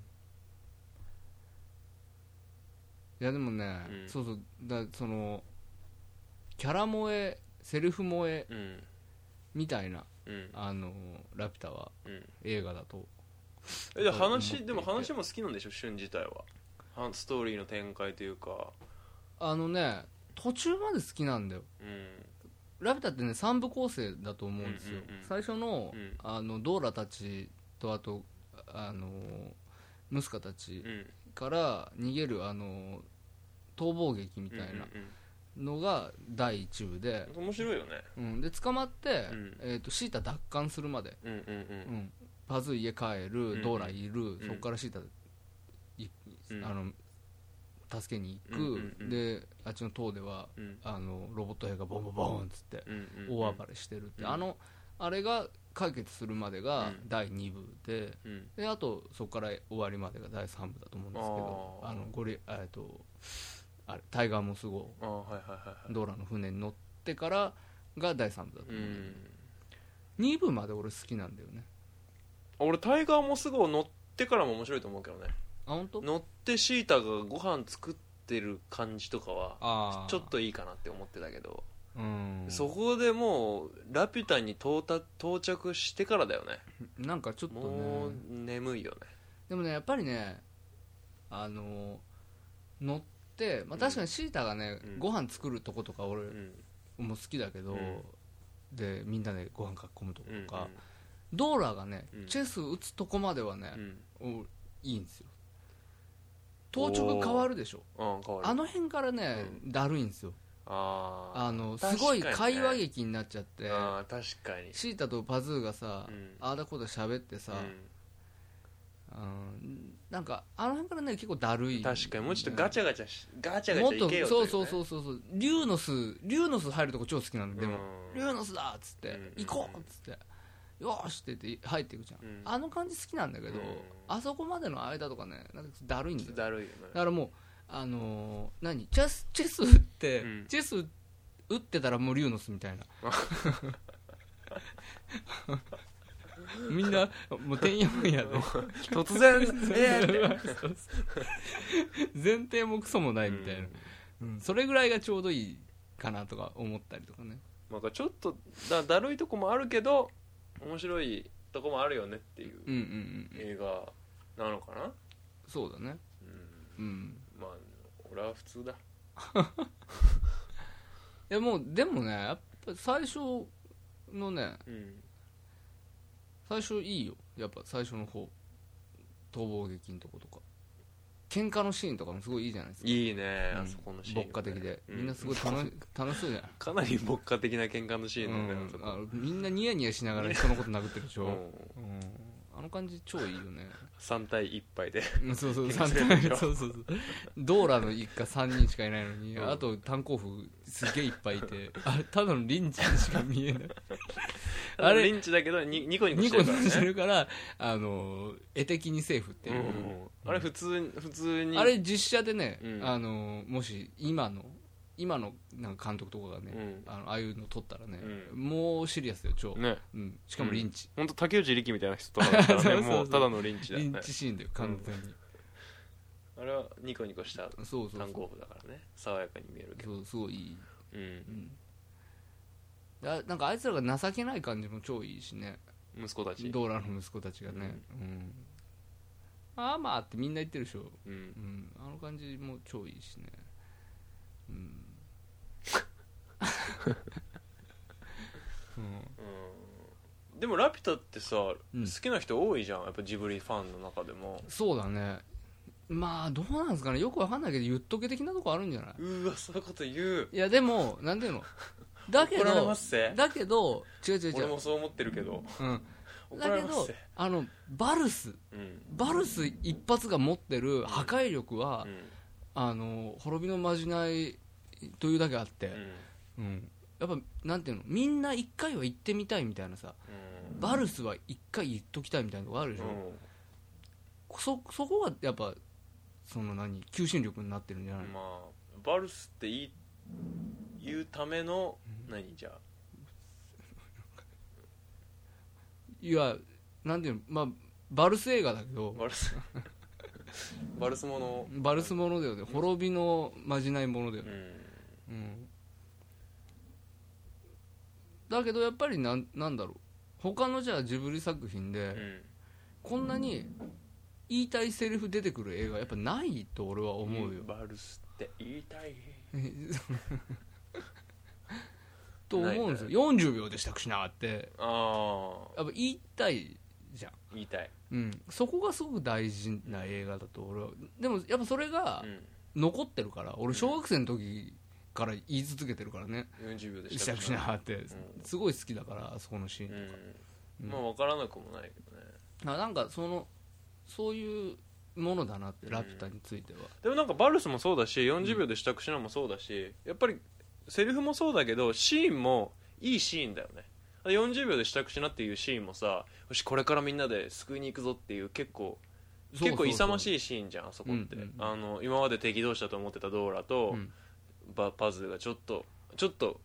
いやでもね、そうそうだ、そのキャラ萌えセルフ萌え、みたいな、ラピュタは、映画だと。 で話も好きなんでしょ俊自体は。ストーリーの展開というか、 途中まで好きなんだよ、ラピュタってね3部構成だと思うんですよ、最初の、ドーラたちと、あとムスカたちから逃げる逃亡劇みたいなのが第1部で、 面白いよね、 で捕まって、シータ奪還するまで、パズー家帰る、ドーラいる、そこからシータ助けに行く、であっちの塔では、ロボット兵がボンボンボンっつって大暴れしてるって、あれが解決するまでが第2部で、であとそこから終わりまでが第3部だと思うんですけど、あれタイガーモス号、ドーラの船に乗ってからが第3部だと思うんだけど、2部まで俺好きなんだよね。 俺タイガーモス号乗ってからも面白いと思うけどね。 本当？ 乗ってシータがご飯作ってる感じとかはちょっといいかなって思ってたけど、そこでもうラピュタに到着してからだよね。 なんかちょっとねもう眠いよね。 でもねやっぱりね乗って、確かにシータがね、ご飯作るとことか俺も好きだけど、でみんなでご飯囲むとことか、ドーラがね、チェス打つとこまではね、いいんですよ。当直変わるでしょ、あの辺からね、だるいんですよ。すごい会話劇になっちゃって、 確かにシータとパズーがさ、ああだこうだ喋ってさ、なんかあの辺からね結構だるい。 確かにもうちょっとガチャガチャいけよというね。 そうリューノス入るとこ超好きなんで、でもリューノスだっつって、行こうっつってよーしって言って入っていくじゃん、あの感じ好きなんだけど、あそこまでの間とかね、なんかだるいんだよ。 だるいよね。 だからもうチェス打って、チェス打ってたらもうリューノスみたいなみんなもうてんやわんやで突然前提もクソもないみたいな、それぐらいがちょうどいいかなとか思ったりとかね。 なんかちょっとだるいとこもあるけど面白いとこもあるよねっていう映画なのかな。 そうだね。 まあ俺は普通だいやもうでもねやっぱ最初のね、最初いいよやっぱ最初の方、逃亡劇のとことか喧嘩のシーンとかもすごいいいじゃないですか。 いいね、あそこのシーン、 牧歌的で、みんなすごい楽しそうじゃないかなり牧歌的な喧嘩のシーンだね、 みんなニヤニヤしながら人のこと殴ってるでしょ、あの感じ超いいよね。 3対1杯でそう3対そうドーラの一家3人しかいないのに、あと炭鉱夫すげえいっぱいいて、あれただのリンチにしか見えないあれリンチだけどニコニコしてるからね。 ニコニコしてるから絵的にセーフっていう、 あれ普通にあれ実写でね、もし今のなんか監督とかがね、ああいうの撮ったらね、もうシリアスだよ超、ね、しかもリンチ、 本当竹内力みたいな人とかだったらねもうただのリンチだよね。 リンチシーンだよ完全に、 あれはニコニコした炭鉱夫だからね、爽やかに見えるけど、 そうすごいいい、なんかあいつらが情けない感じも超いいしね、 息子たち、 ドーラの息子たちがね、あーってみんな言ってるでしょ、あの感じも超いいしね、 でもラピュタってさ、好きな人多いじゃんやっぱジブリファンの中でも。 そうだね。まあどうなんですかね、よくわかんないけど言っとけ的なとこあるんじゃない。 うわそういうこと言う。 いやでもなんていうのだけど違う俺もそう思ってるけど、 だけどバルス一発が持ってる破壊力は、滅びのまじないというだけあって、やっぱなんていうの、みんな一回は行ってみたいみたいなさ、バルスは一回行っときたいみたいなとこあるでしょ、そこがやっぱその求心力になってるんじゃないの。 バルスって言うためのじゃあいやなんていうの、まあバルス映画だけどバルスものだよね、滅びのまじないものだよね、だけどやっぱりなんだろう、他のじゃあジブリ作品で、こんなに言いたいセリフ出てくる映画やっぱないと俺は思うよ。 バルスって言いたいと思うんですよ。40秒で支度しながって、やっぱ言いたいじゃん。 言いたい、 そこがすごく大事な映画だと俺は。でもやっぱそれが残ってるから、俺小学生の時から言い続けてるからね、 40秒で支度しながって、すごい好きだからあそこのシーンとか、 まあ分からなくもないけどね。 なんかそういうものだなって、ラピュタについては。 でもなんかバルスもそうだし、40秒で支度しなもそうだし、やっぱりセリフもそうだけどシーンもいいシーンだよね。40秒で支度しなっていうシーンもさ、よしこれからみんなで救いに行くぞっていう結構勇ましいシーンじゃん、あそこって。今まで敵同士だと思ってたドーラと、パズルがちょっとちょっと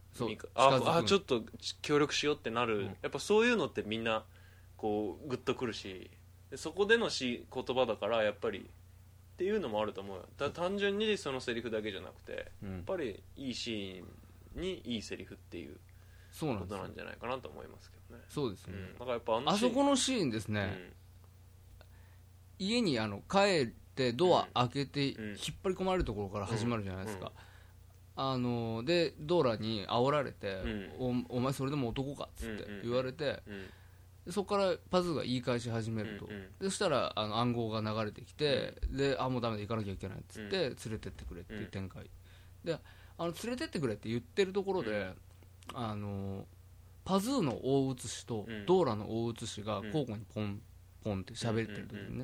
協力しようってなる、やっぱそういうのってみんなこうグッとくるし、でそこでの言葉だからやっぱりっていうのもあると思うよ。単純にそのセリフだけじゃなくて、やっぱりいいシーンにいいセリフっていうことなんじゃないかなと思いますけどね。 そうですね、 だからやっぱあそこのシーンですね、家に帰ってドア開けて引っ張り込まれるところから始まるじゃないですか。でドーラに煽られて、お前それでも男かっつって言われて、そこからパズーが言い返し始めると、そしたら暗号が流れてきて、でもうダメだ行かなきゃいけないっつって連れてってくれっていう展開で、連れてってくれって言ってるところで、パズーの大写しとドーラの大写しが交互にポンポンって喋ってる時にね、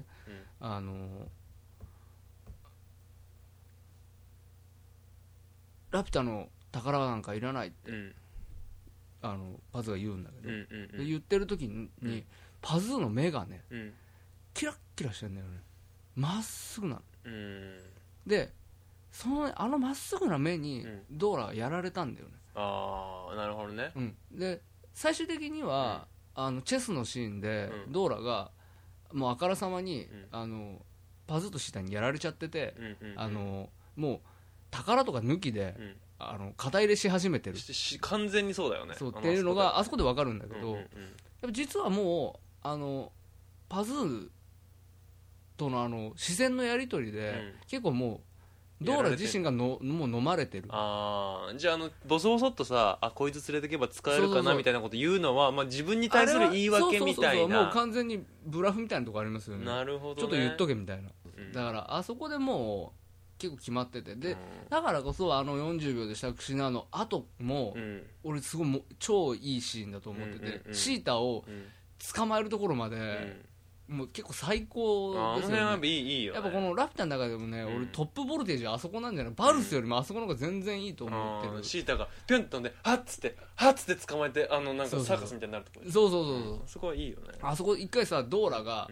ラピュタの宝なんかいらないって、パズーが言うんだけど、で言ってる時に、パズーの目がね、キラッキラしてるんだよね、まっすぐなの、でまっすぐな目にドーラがやられたんだよね。 なるほどね。 で最終的には、チェスのシーンで、ドーラがもうあからさまに、パズーとシータにやられちゃってて、もう宝とか抜きで、肩入れし始めてる、 完全にそうだよね。 そうっていうのがあそこで分かるんだけど、やっぱ実はもうパズーとの視線のやり取りで、結構もうドーラ自身がもう飲まれてる。 じゃあボソボソっとさ、こいつ連れてけば使えるかなみたいなこと言うのは、自分に対する言い訳みたいな。 もう完全にブラフみたいなとこありますよね。 なるほどね。 ちょっと言っとけみたいな、だからあそこでもう結構決まってて、で、だからこそ40秒で支度しなの後も、俺すごい超いいシーンだと思ってて、シータを捕まえるところまで、もう結構最高ですよね。 いいよね。 やっぱこのラピュタの中でもね、俺トップボルテージあそこなんじゃない、バルスよりもあそこの方が全然いいと思ってる。 シータがピュンと飛んでハッつって捕まえて、なんかサーカスみたいになるところ。 そうそこはいいよね。 あそこ一回さ、ドーラが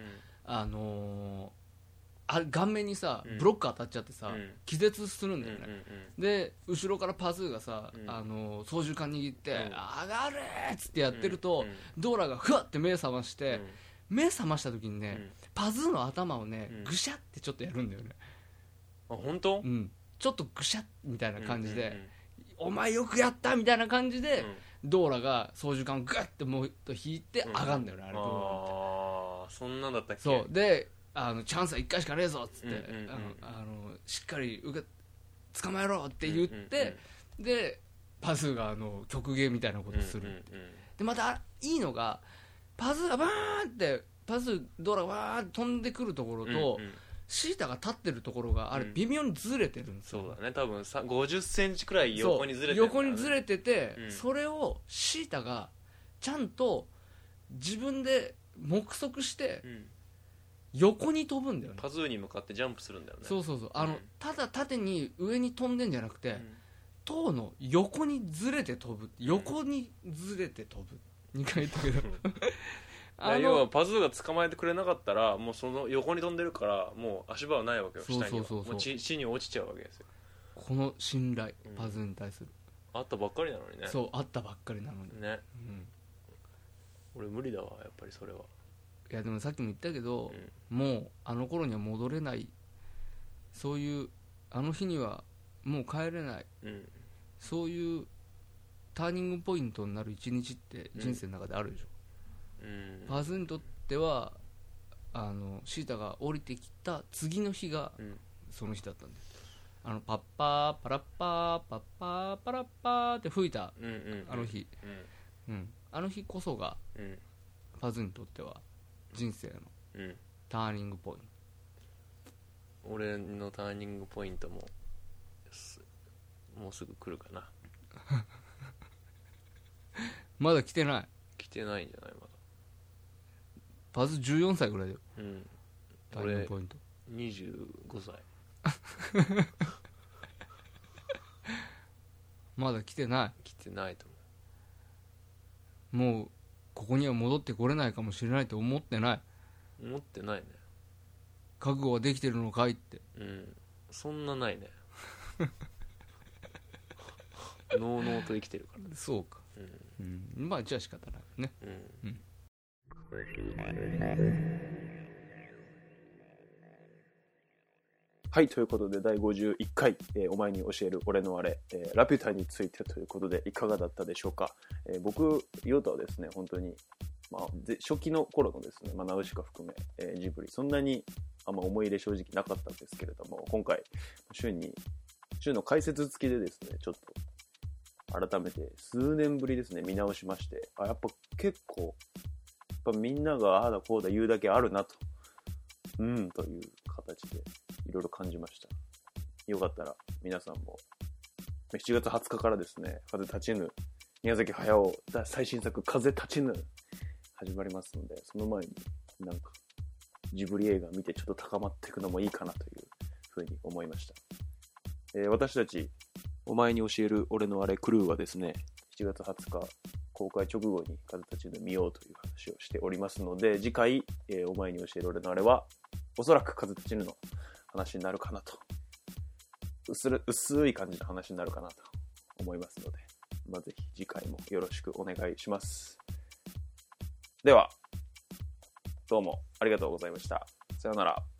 顔面にさブロック当たっちゃってさ、気絶するんだよね。で後ろからパズーがさ、操縦桿握って上がれっつってやってると、ドーラがふわって目覚まして、目覚ました時にね、パズーの頭をね、ぐしゃってちょっとやるんだよね。 本当？ ちょっとぐしゃっみたいな感じで、お前よくやったみたいな感じで、ドーラが操縦桿をグッてもうと引いて上がるんだよね、あれ。 そんなんだったっけ？ そうでチャンスは1回しかねえぞっつって、しっかり捕まえろって言って、でパズーが曲芸みたいなことする、でまたいいのが、パズーがバーンってドーラがバーンって飛んでくるところと、シータが立ってるところがあれ微妙にずれてるんですよ。 そうだね、多分50センチくらい横にずれてる、 横にずれてて、それをシータがちゃんと自分で目測して、横に飛ぶんだよね。 パズーに向かってジャンプするんだよね。 そうただ縦に上に飛んでんじゃなくて、塔の横にずれて飛ぶ、横にずれて飛ぶ、2回言ったけど要はパズーが捕まえてくれなかったら、もうその横に飛んでるからもう足場はないわけよ。下にはもう地に落ちちゃうわけですよ。 この信頼、パズーに対するあったばっかりなのにね。 そう、あったばっかりなのにね、 俺無理だわやっぱりそれは。 いやでもさっきも言ったけど、もうあの頃には戻れない、そういうあの日にはもう帰れない、そういうターニングポイントになる一日って人生の中であるでしょ。パーズにとってはシータが降りてきた次の日がその日だったんです。パッパーパラッパーパッパーパラッパーって吹いたあの日、あの日こそがパズにとっては人生のターニングポイント。 俺のターニングポイントももうすぐ来るかな。 まだ来てない。 来てないんじゃないまだ。 パズ14歳ぐらいだよ。ターニングポイント 25歳。 まだ来てない。 来てないと思う。もうここには戻ってこれないかもしれないと思ってない。 思ってないね。 覚悟はできてるのかいって。 そんなないね。のうのうと生きてるから。 そうか。まあじゃあ仕方ないね。 はい、ということで第51回、お前に教える俺のあれ、ラピュタについてということでいかがだったでしょうか。僕ヨタはですね本当に、初期の頃のですね、ナウシカ含め、ジブリそんなにあんま思い入れ正直なかったんですけれども、今回週の解説付きでですねちょっと改めて数年ぶりですね見直しまして、やっぱ結構みんながああだこうだ言うだけあるなとという形でいろいろ感じました。よかったら皆さんも7月20日からですね、風立ちぬ宮崎駿最新作風立ちぬ始まりますので、その前になんかジブリ映画見てちょっと高まっていくのもいいかなというふうに思いました。私たちお前に教える俺のあれクルーはですね、7月20日公開直後に風立ちぬ見ようという話をしておりますので、次回、お前に教える俺のあれはおそらく風立ちぬの話になるかなと、薄い感じの話になるかなと思いますので、ぜひ次回もよろしくお願いします。ではどうもありがとうございました。さようなら。